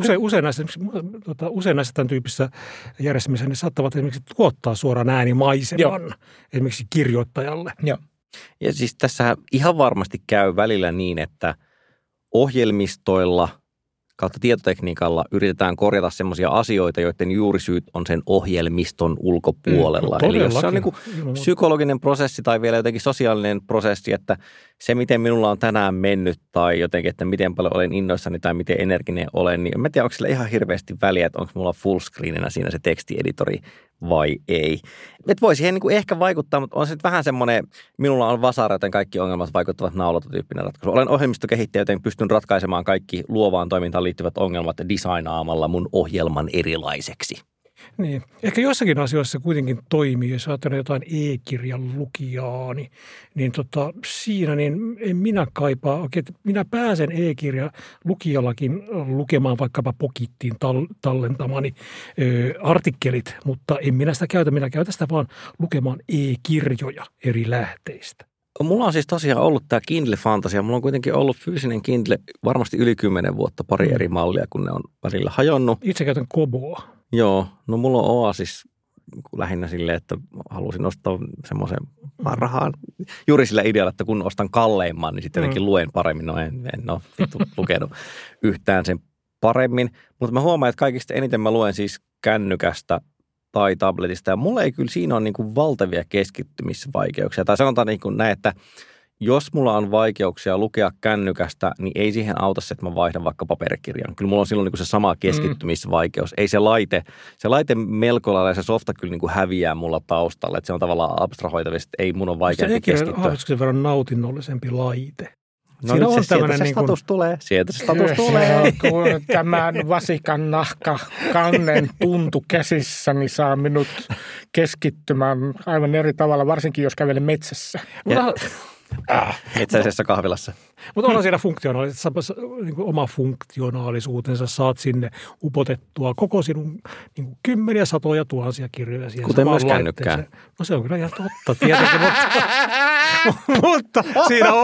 Usein näissä tämän tyyppisissä järjestelmissä ne saattavat esimerkiksi tuottaa suoraan äänimaiseman esimerkiksi kirjoittajalle. Joo. Ja siis tässä ihan varmasti käy välillä niin, että ohjelmistoilla kautta tietotekniikalla yritetään korjata semmoisia asioita, joiden juurisyyt on sen ohjelmiston ulkopuolella. Eli jos se on niin kuin psykologinen prosessi tai vielä jotenkin sosiaalinen prosessi, että se miten minulla on tänään mennyt tai jotenkin, että miten paljon olen innoissani tai miten energinen olen, niin en tiedä, onko sillä ihan hirveästi väliä, että onko mulla fullscreeninä siinä se tekstieditori vai ei. Et voi siihen niin kuin ehkä vaikuttaa, mutta on se nyt vähän semmoinen, minulla on vasara, joten kaikki ongelmat vaikuttavat naulatotyyppinen ratkaisu. Olen ohjelmistokehittäjä, joten pystyn ratkaisemaan kaikki luovaan toimintaan liittyvät ongelmat designaamalla mun ohjelman erilaiseksi. Niin. Ehkä jossakin asioissa kuitenkin toimii, jos ajatellaan jotain e-kirjan lukijaa, niin siinä niin en minä kaipaa oikein, että minä pääsen e-kirjan lukijallakin lukemaan vaikkapa Pockettiin tallentamani artikkelit, mutta en minä sitä käytä, minä käytän sitä vaan lukemaan e-kirjoja eri lähteistä. Mulla on siis tosiaan ollut tämä Kindle Fantasia. Mulla on kuitenkin ollut fyysinen Kindle varmasti yli 10 vuotta, pari eri mallia, kun ne on välillä hajonnut. Itse käytän Koboa. Joo, no mulla on Oasis lähinnä silleen, että halusin ostaa semmoisen rahaan juuri sillä idealla, että kun ostan kalleimman, niin sitten jotenkin luen paremmin. No en ole lukenut yhtään sen paremmin, mutta mä huomaan, että kaikista eniten mä luen siis kännykästä tai tabletista, ja mulla ei kyllä siinä ole niin kuin valtavia keskittymisvaikeuksia. Tai sanotaan niin kuin näin, että jos mulla on vaikeuksia lukea kännykästä, niin ei siihen auta se, että mä vaihdan vaikka paperikirjan. Kyllä mulla on silloin niin kuin se sama keskittymisvaikeus. Ei se laite melko lailla ja se softa kyllä niin kuin häviää mulla taustalla. Että se on tavallaan abstrahoitavista, että ei mun ole vaikeampi keskittyä. Onko se verran nautinnollisempi laite? No nyt sieltä se status tulee. Sieltä se status tulee. Kun tämän vasikan nahka kannen tuntu käsissä, niin saa minut keskittymään aivan eri tavalla, varsinkin jos kävelen metsässä. Metsäisessä kahvilassa. Mutta onhan siinä niin oma funktionaalisuutensa. Saat sinne upotettua koko sinun niin kymmeniä, satoja, tuhansia kirjoja siihen. Kuten myös kännykkään. No se on kyllä ihan totta tietenkin, mutta siinä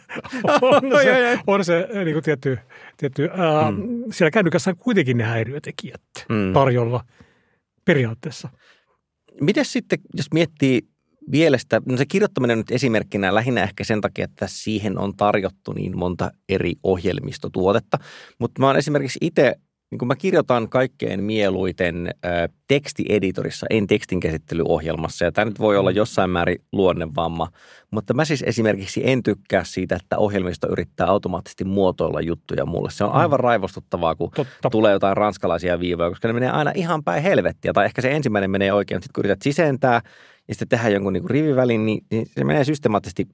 on se niin kuin tietty siellä kännykässä on kuitenkin ne häiriötekijät tarjolla periaatteessa. Miten sitten, jos miettii vielä sitä, no se kirjoittaminen nyt esimerkkinä lähinnä ehkä sen takia, että siihen on tarjottu niin monta eri ohjelmistotuotetta, mutta mä oon esimerkiksi itse, niin kun mä kirjoitan kaikkein mieluiten tekstieditorissa, en tekstinkäsittelyohjelmassa, ja tämä nyt voi olla jossain määrin luonnevamma, mutta mä siis esimerkiksi en tykkää siitä, että ohjelmisto yrittää automaattisesti muotoilla juttuja mulle. Se on aivan raivostuttavaa, kun tulee jotain ranskalaisia viivoja, koska ne menee aina ihan päin helvettiä, tai ehkä se ensimmäinen menee oikein, mutta sitten kun yrität sisentää, ja sitten tehdään jonkun niin rivivälin, niin se menee systemaattisesti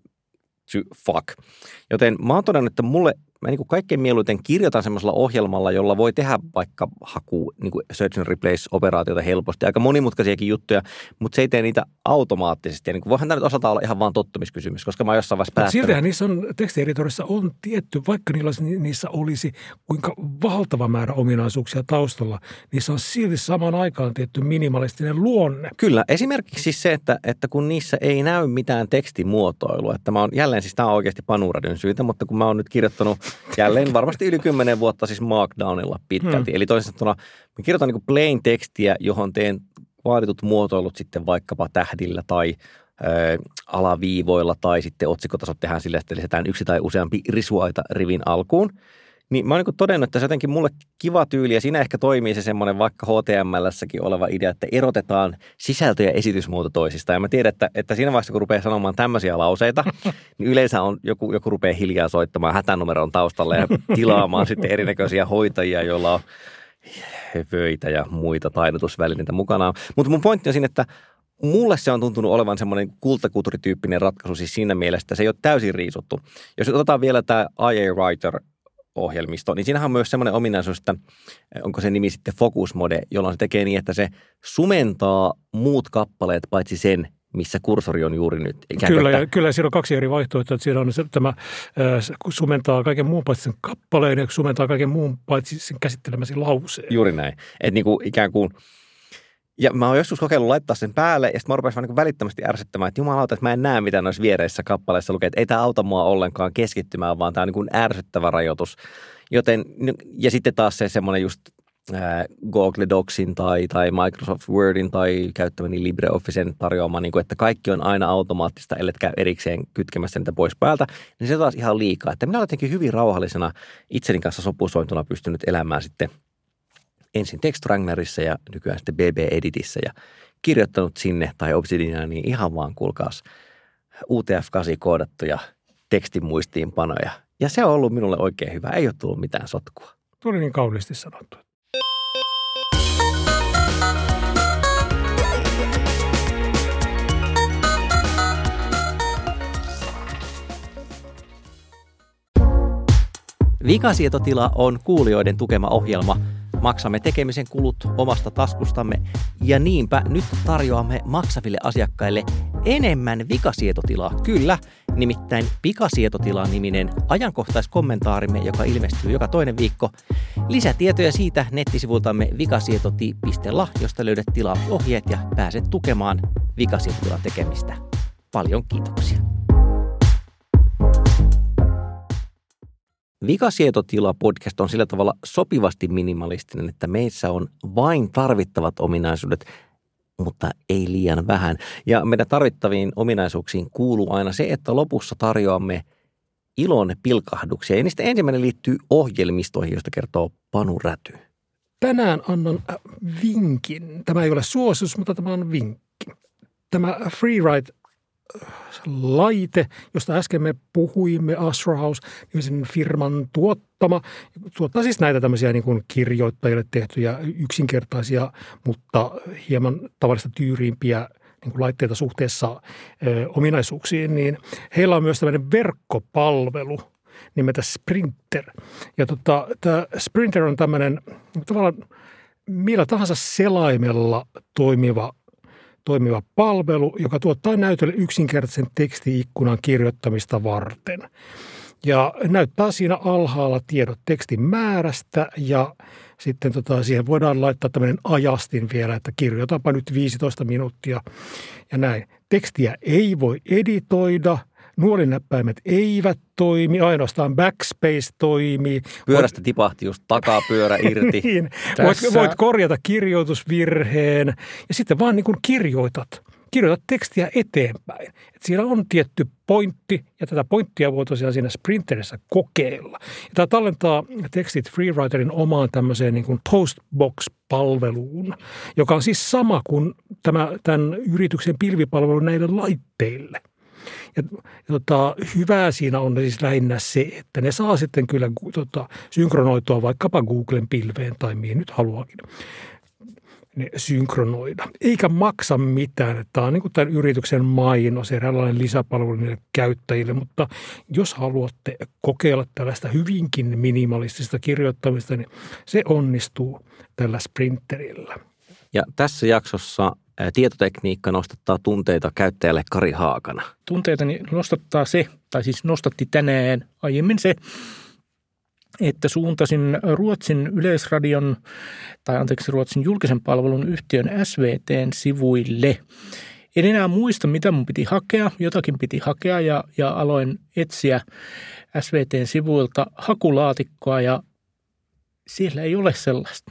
fuck. Joten mä oon todennut, että mä niin kuin kaikkein mieluiten kirjoitan semmoisella ohjelmalla, jolla voi tehdä vaikka haku, niin kuin search and replace-operaatiota helposti. Aika monimutkaisiakin juttuja, mutta se ei tee niitä automaattisesti. Ja niin kuin voihan tämä nyt osalta olla ihan vaan tottumiskysymys, koska mä oon jossain vaiheessa päättänyt. Siltähän niissä on, tekstieditorissa on tietty, vaikka niissä olisi kuinka valtava määrä ominaisuuksia taustalla, niissä on silti samaan aikaan tietty minimalistinen luonne. Kyllä, esimerkiksi siis se, että kun niissä ei näy mitään tekstimuotoilua, että mä oon jälleen, siis tämä on oikeasti Panuradyn syytä, mutta kun mä oon nyt kirjoittanut jälleen varmasti yli 10 vuotta siis Markdownilla pitkälti. Eli toisin sanottuna mä kirjoitan niin kuin plain tekstiä, johon teen vaaditut muotoilut sitten vaikkapa tähdillä tai alaviivoilla tai sitten otsikotasot tehdään sille, että lisätään yksi tai useampi risuaita rivin alkuun. Niin mä oon niin todennut, että se jotenkin mulle kiva tyyli ja siinä ehkä toimii se semmoinen vaikka HTML:ssäkin oleva idea, että erotetaan sisältö ja esitysmuoto toisistaan. Ja mä tiedän, että siinä vaiheessa kun rupeaa sanomaan tämmöisiä lauseita, niin yleensä on joku rupeaa hiljaa soittamaan hätänumeron taustalla ja tilaamaan sitten erinäköisiä hoitajia, joilla on hövöitä ja muita tainnutusvälineitä mukanaan. Mutta mun pointti on siinä, että mulle se on tuntunut olevan semmoinen kultakulttuurityyppinen ratkaisu siis siinä mielessä, että se ei ole täysin riisuttu. Jos otetaan vielä tämä IA Writer-ohjelmisto, niin siinähän on myös semmoinen ominaisuus, että onko se nimi sitten Focus Mode, jolloin se tekee niin, että se sumentaa muut kappaleet paitsi sen, missä kursori on juuri nyt. Kyllä, siinä on kaksi eri vaihtoehtoa. Siinä on tämä sumentaa kaiken muun paitsi sen kappaleen ja sumentaa kaiken muun paitsi sen käsittelemäsi lauseen. Juuri näin. Että niin kuin ikään kuin. Ja mä oon joskus kokeillut laittaa sen päälle ja sitten mä rupesin niin välittömästi ärsyttämään, että jumalauta, että mä en näe mitä noissa viereissä kappaleissa lukee. Että ei tämä auta mua ollenkaan keskittymään, vaan tämä on niin kuin ärsyttävä rajoitus. Joten, ja sitten taas se semmoinen just Google Docsin tai Microsoft Wordin tai käyttämäni LibreOfficen tarjoama, niin kuin, että kaikki on aina automaattista, ellei käy erikseen kytkemässä niitä pois päältä, niin se on taas ihan liikaa. Että minä olen jotenkin hyvin rauhallisena itseni kanssa sopusointuna pystynyt elämään sitten ensin TextWranglerissa ja nykyään sitten BB-editissä ja kirjoittanut sinne tai Obsidianiin ihan vaan kuulkaas UTF-8 koodattuja tekstimuistiinpanoja. Ja se on ollut minulle oikein hyvä. Ei ole tullut mitään sotkua. Tuli niin kauniisti sanottu. Vikasietotila on kuulijoiden tukema ohjelma. Maksamme tekemisen kulut omasta taskustamme ja niinpä nyt tarjoamme maksaville asiakkaille enemmän vikasietotilaa. Kyllä, nimittäin Pikasietotila-niminen ajankohtaiskommentaarimme, joka ilmestyy joka toinen viikko. Lisätietoja siitä nettisivultamme vikasietoti.la, josta löydät tilausohjeet ja pääset tukemaan vikasietotilan tekemistä. Paljon kiitoksia. Vikasietotila-podcast on sillä tavalla sopivasti minimalistinen, että meissä on vain tarvittavat ominaisuudet, mutta ei liian vähän. Ja meidän tarvittaviin ominaisuuksiin kuuluu aina se, että lopussa tarjoamme ilon pilkahduksia. Ja niistä ensimmäinen liittyy ohjelmistoihin, joista kertoo Panu Räty. Tänään annan vinkin. Tämä ei ole suositus, mutta tämä on vinkki. Tämä FreeWrite-laite, josta äsken me puhuimme, Astra House-nimisen firman tuottaa siis näitä tämmöisiä niin kuin kirjoittajille tehtyjä yksinkertaisia, mutta hieman tavallista tyyriimpiä niin kuin laitteita suhteessa ominaisuuksiin, niin heillä on myös tämmöinen verkkopalvelu nimeltä Sprinter. Ja tämä Sprinter on tämmöinen tavallaan millä tahansa selaimella toimiva palvelu, joka tuottaa näytölle yksinkertaisen tekstiikkunan kirjoittamista varten. Ja näyttää siinä alhaalla tiedot tekstin määrästä ja sitten siihen voidaan laittaa tämmöinen ajastin vielä, että kirjoitanpa nyt 15 minuuttia ja näin. Tekstiä ei voi editoida, nuolinäppäimet eivät toimi, ainoastaan backspace toimii. Pyörästä tipahti just takapyörä irti. Niin, voit korjata kirjoitusvirheen ja sitten vaan niin kuin kirjoitat tekstiä eteenpäin. Et siinä on tietty pointti ja tätä pointtia voi tosiaan siinä Sprinterissä kokeilla. Ja tämä tallentaa tekstit FreeWriterin omaan tämmöiseen niin kuin Postbox-palveluun, joka on siis sama kuin tämän yrityksen pilvipalvelu näille laitteille. Ja hyvää siinä on siis lähinnä se, että ne saa sitten kyllä synkronoitua vaikkapa Googlen pilveen tai mihin nyt haluakin ne synkronoida. Eikä maksa mitään. Tämä on niin kuin tämän yrityksen mainos, eräänlainen lisäpalvelu niille käyttäjille, mutta jos haluatte kokeilla tällaista hyvinkin minimalistista kirjoittamista, niin se onnistuu tällä Sprinterillä. Ja tässä jaksossa tietotekniikka nostattaa tunteita käyttäjälle Kari Haakana. Tunteitani nostattaa se, tai siis nostatti tänään aiemmin se, että suuntasin Ruotsin Yleisradion, Ruotsin julkisen palvelun yhtiön SVT:n sivuille. En enää muista, mitä mun piti hakea. Jotakin piti hakea ja aloin etsiä SVT:n sivuilta hakulaatikkoa ja siellä ei ole sellaista.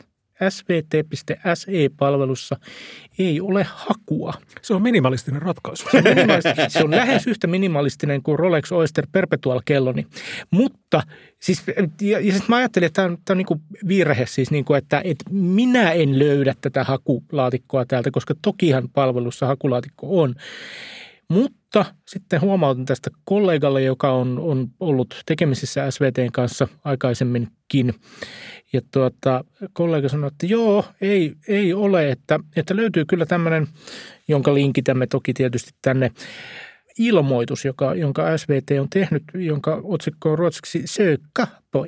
svt.se-palvelussa ei ole hakua. Se on minimalistinen ratkaisu. Se on lähes yhtä minimalistinen kuin Rolex Oyster Perpetual-kelloni. Mutta siis, ja siis mä ajattelin, että tämä on niin kuin virhe, siis niin kuin, että minä en löydä tätä hakulaatikkoa täältä, koska tokihan palvelussa hakulaatikko on. Mutta sitten huomautin tästä kollegalle, joka on ollut tekemisissä SVT:n kanssa aikaisemminkin. Ja kollega sanoi, että joo, ei ole, että löytyy kyllä tämmöinen, jonka linkitämme toki tietysti tänne, ilmoitus, jonka SVT on tehnyt, jonka otsikko on ruotsiksi Söka på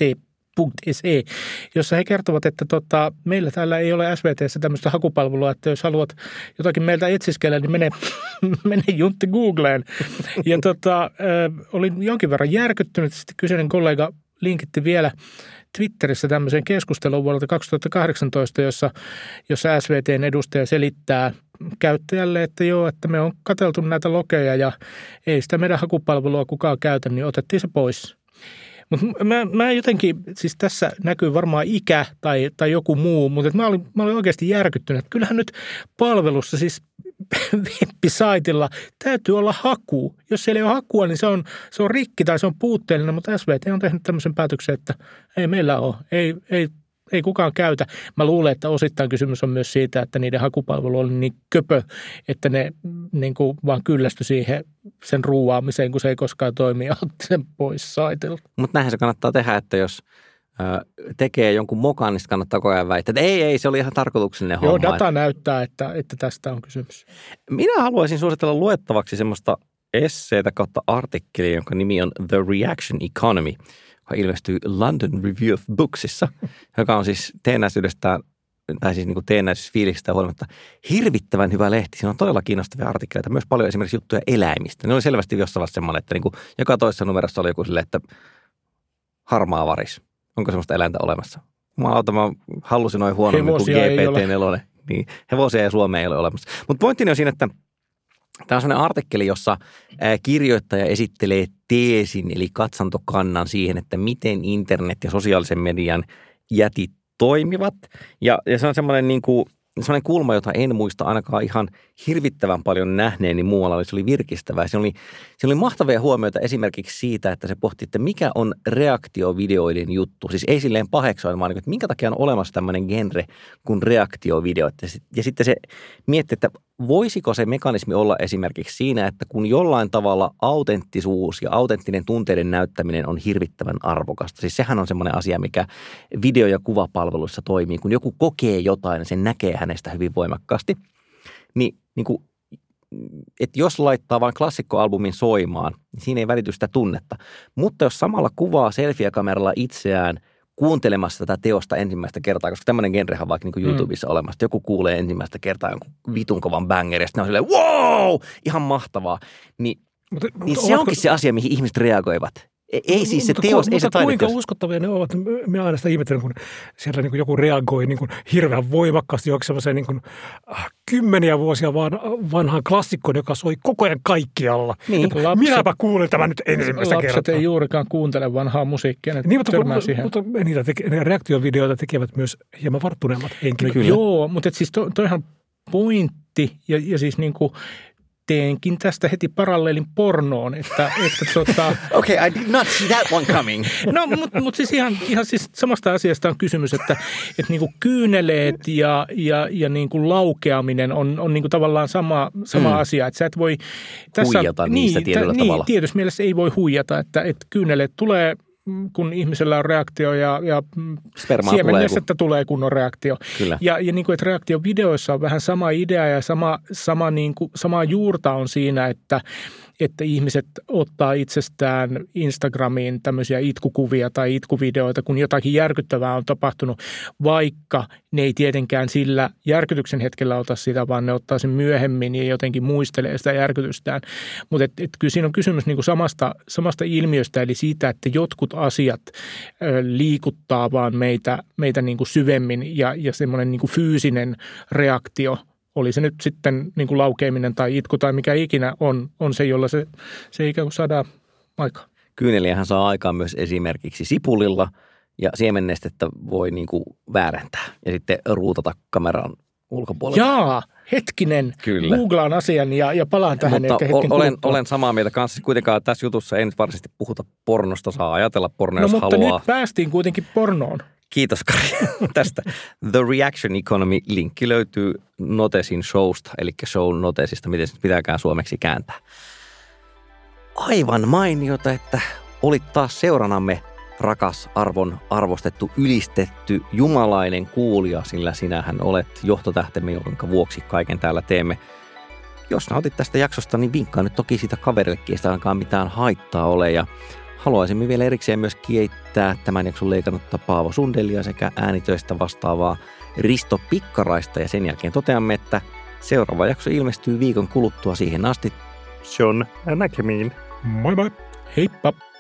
svt.se, jossa he kertovat, että meillä täällä ei ole SVT:ssä tämmöistä hakupalvelua, että jos haluat jotakin meiltä etsiskellä, niin mene juntti Googleen. Ja olin jonkin verran järkyttynyt, sitten kyseinen kollega linkitti vielä Twitterissä tämmöiseen keskusteluun vuodelta 2018, jossa SVT:n edustaja selittää käyttäjälle, että joo, että me on katseltu näitä logeja ja ei sitä meidän hakupalvelua kukaan käytä, niin otettiin se pois. Mutta mä jotenkin, siis tässä näkyy varmaan ikä tai joku muu, mutta mä olin oikeasti järkyttynyt. Kyllähän nyt palvelussa, siis web-saitilla täytyy olla haku. Jos siellä ei ole hakua, niin se on rikki tai se on puutteellinen, mutta SVT on tehnyt tämmöisen päätöksen, että ei meillä ole, ei kukaan käytä. Mä luulen, että osittain kysymys on myös siitä, että niiden hakupalvelu oli niin köpö, että ne niin kuin vaan kyllästyi siihen sen ruuaamiseen, kun se ei koskaan toimi ja otti sen pois saitilta. Mutta näinhän se kannattaa tehdä, että jos tekee jonkun mokan, niin kannattaa koko ajan väittää, että ei, se oli ihan tarkoituksellinen homma. Joo, data näyttää, että tästä on kysymys. Minä haluaisin suositella luettavaksi semmoista esseitä kautta artikkelia, jonka nimi on The Reaction Economy, joka ilmestyy London Review of Booksissa, joka on siis teennäisyydestään, tai siis niin kuin teennäisyysfiiliksestä huolimatta hirvittävän hyvä lehti. Siinä on todella kiinnostavia artikkeleita, myös paljon esimerkiksi juttuja eläimistä. Ne oli selvästi jossain vaiheessa semmoinen, että niin kuin joka toisessa numerossa oli joku silleen, että harmaa varis. Onko semmoista eläintä olemassa? Mä hallusinoin huonommin kuin GPT-4. Niin, hevosia ja Suomea ei ole olemassa. Mutta pointtini on siinä, että Tämä on sellainen artikkeli, jossa kirjoittaja esittelee teesin eli katsantokannan siihen, että miten internet ja sosiaalisen median jätit toimivat. Ja se on semmoinen sellainen kulma, jota en muista ainakaan ihan hirvittävän paljon nähneeni muualla, se oli virkistävää. Se oli mahtavia huomioita esimerkiksi siitä, että se pohti, että mikä on reaktiovideoiden juttu. Siis ei silleen paheksoin, vaan että minkä takia on olemassa tämmöinen genre kuin reaktiovideot. Ja sitten se mietti, että voisiko se mekanismi olla esimerkiksi siinä, että kun jollain tavalla autenttisuus ja autenttinen tunteiden näyttäminen on hirvittävän arvokasta. Siis sehän on semmoinen asia, mikä video- ja kuvapalveluissa toimii. Kun joku kokee jotain ja sen näkee hänestä hyvin voimakkaasti, niin kuin, että jos laittaa vain klassikkoalbumin soimaan, niin siinä ei välity sitä tunnetta. Mutta jos samalla kuvaa selfie-kameralla itseään kuuntelemassa tätä teosta ensimmäistä kertaa, koska tämmöinen genrehän on vaikka niin YouTubessa olemassa. Joku kuulee ensimmäistä kertaa jonkun vitun kovan banger ja sitten on silleen, wow, ihan mahtavaa. Niin se onkin se asia, mihin ihmiset reagoivat. Ei siis se teos, ei se taideteos. Kuinka uskottavia ne ovat? Minä aina sitä ihmettelen, kun siellä niin kuin joku reagoi niin kuin hirveän voimakkaasti johonkin semmoiseen niin kuin kymmeniä vuosia vanhaan klassikkoon, joka soi koko ajan kaikkialla. Niin. Minäpä kuulen tämän nyt ensimmäistä kertaa. Lapset ei juurikaan kuuntele vanhaa musiikkia. Niin, mutta niitä reaktiovideoita tekevät myös hieman varttuneemmat henkilöt. Joo, mutta siis toihan pointti ja siis niin kuin teenkin tästä heti paralleelin pornoon, että Okay, I did not see that one coming. No, mutta siis ihan siis samasta asiasta on kysymys, että niinku kyyneleet ja niinku laukeaminen on niinku tavallaan sama asia, että sä et voi tässä huijata niistä tietyllä tavalla. Tietyssä mielessä ei voi huijata, että kyyneleet tulee, kun ihmisellä on reaktio ja siemennessettä tulee kunnon reaktio. Kyllä. Ja niin kuin, että reaktiovideoissa on vähän sama idea ja sama juurta on siinä, että ihmiset ottaa itsestään Instagramiin tämmöisiä itkukuvia tai itkuvideoita, kun jotakin järkyttävää on tapahtunut, vaikka ne ei tietenkään sillä järkytyksen hetkellä ota sitä, vaan ne ottaa sen myöhemmin ja jotenkin muistelee sitä järkytystään. Mutta kyllä siinä on kysymys niin kuin samasta ilmiöstä, eli siitä, että jotkut asiat liikuttaa vaan meitä niin kuin syvemmin ja semmoinen niin kuin fyysinen reaktio, oli se nyt sitten niin kuin laukeaminen tai itku tai mikä ikinä on se, jolla se ikään kuin saadaan aikaan. Kyyneliähän saa aikaan myös esimerkiksi sipulilla ja siemennestettä voi niin kuin väärentää ja sitten ruutata kameran ulkopuolella. Jaa, hetkinen. Kyllä. Googlaan asian ja palaan tähän. Mutta olen samaa mieltä kanssa. Kuitenkaan tässä jutussa ei nyt varsinaisesti puhuta pornosta, saa ajatella porno, jos haluaa. No mutta nyt päästiin kuitenkin pornoon. Kiitos Kari tästä. The Reaction Economy-linkki löytyy Notesin showsta, eli show Notesista, miten se pitääkään suomeksi kääntää. Aivan mainiota, että olit taas seuranamme, rakas, arvostettu, ylistetty, jumalainen kuulija, sillä sinähän olet johtotähtemme, jonka vuoksi kaiken täällä teemme. Jos nautit tästä jaksosta, niin vinkkaa nyt toki sitä kaverillekin, ei sitä ainakaan mitään haittaa ole. Ja haluaisimme vielä erikseen myös kiittää tämän jakson leikannutta Paavo Sundelia sekä äänitöistä vastaavaa Risto Pikkaraista. Ja sen jälkeen toteamme, että seuraava jakso ilmestyy viikon kuluttua siihen asti. John näkemiin. Moi moi. Heippa.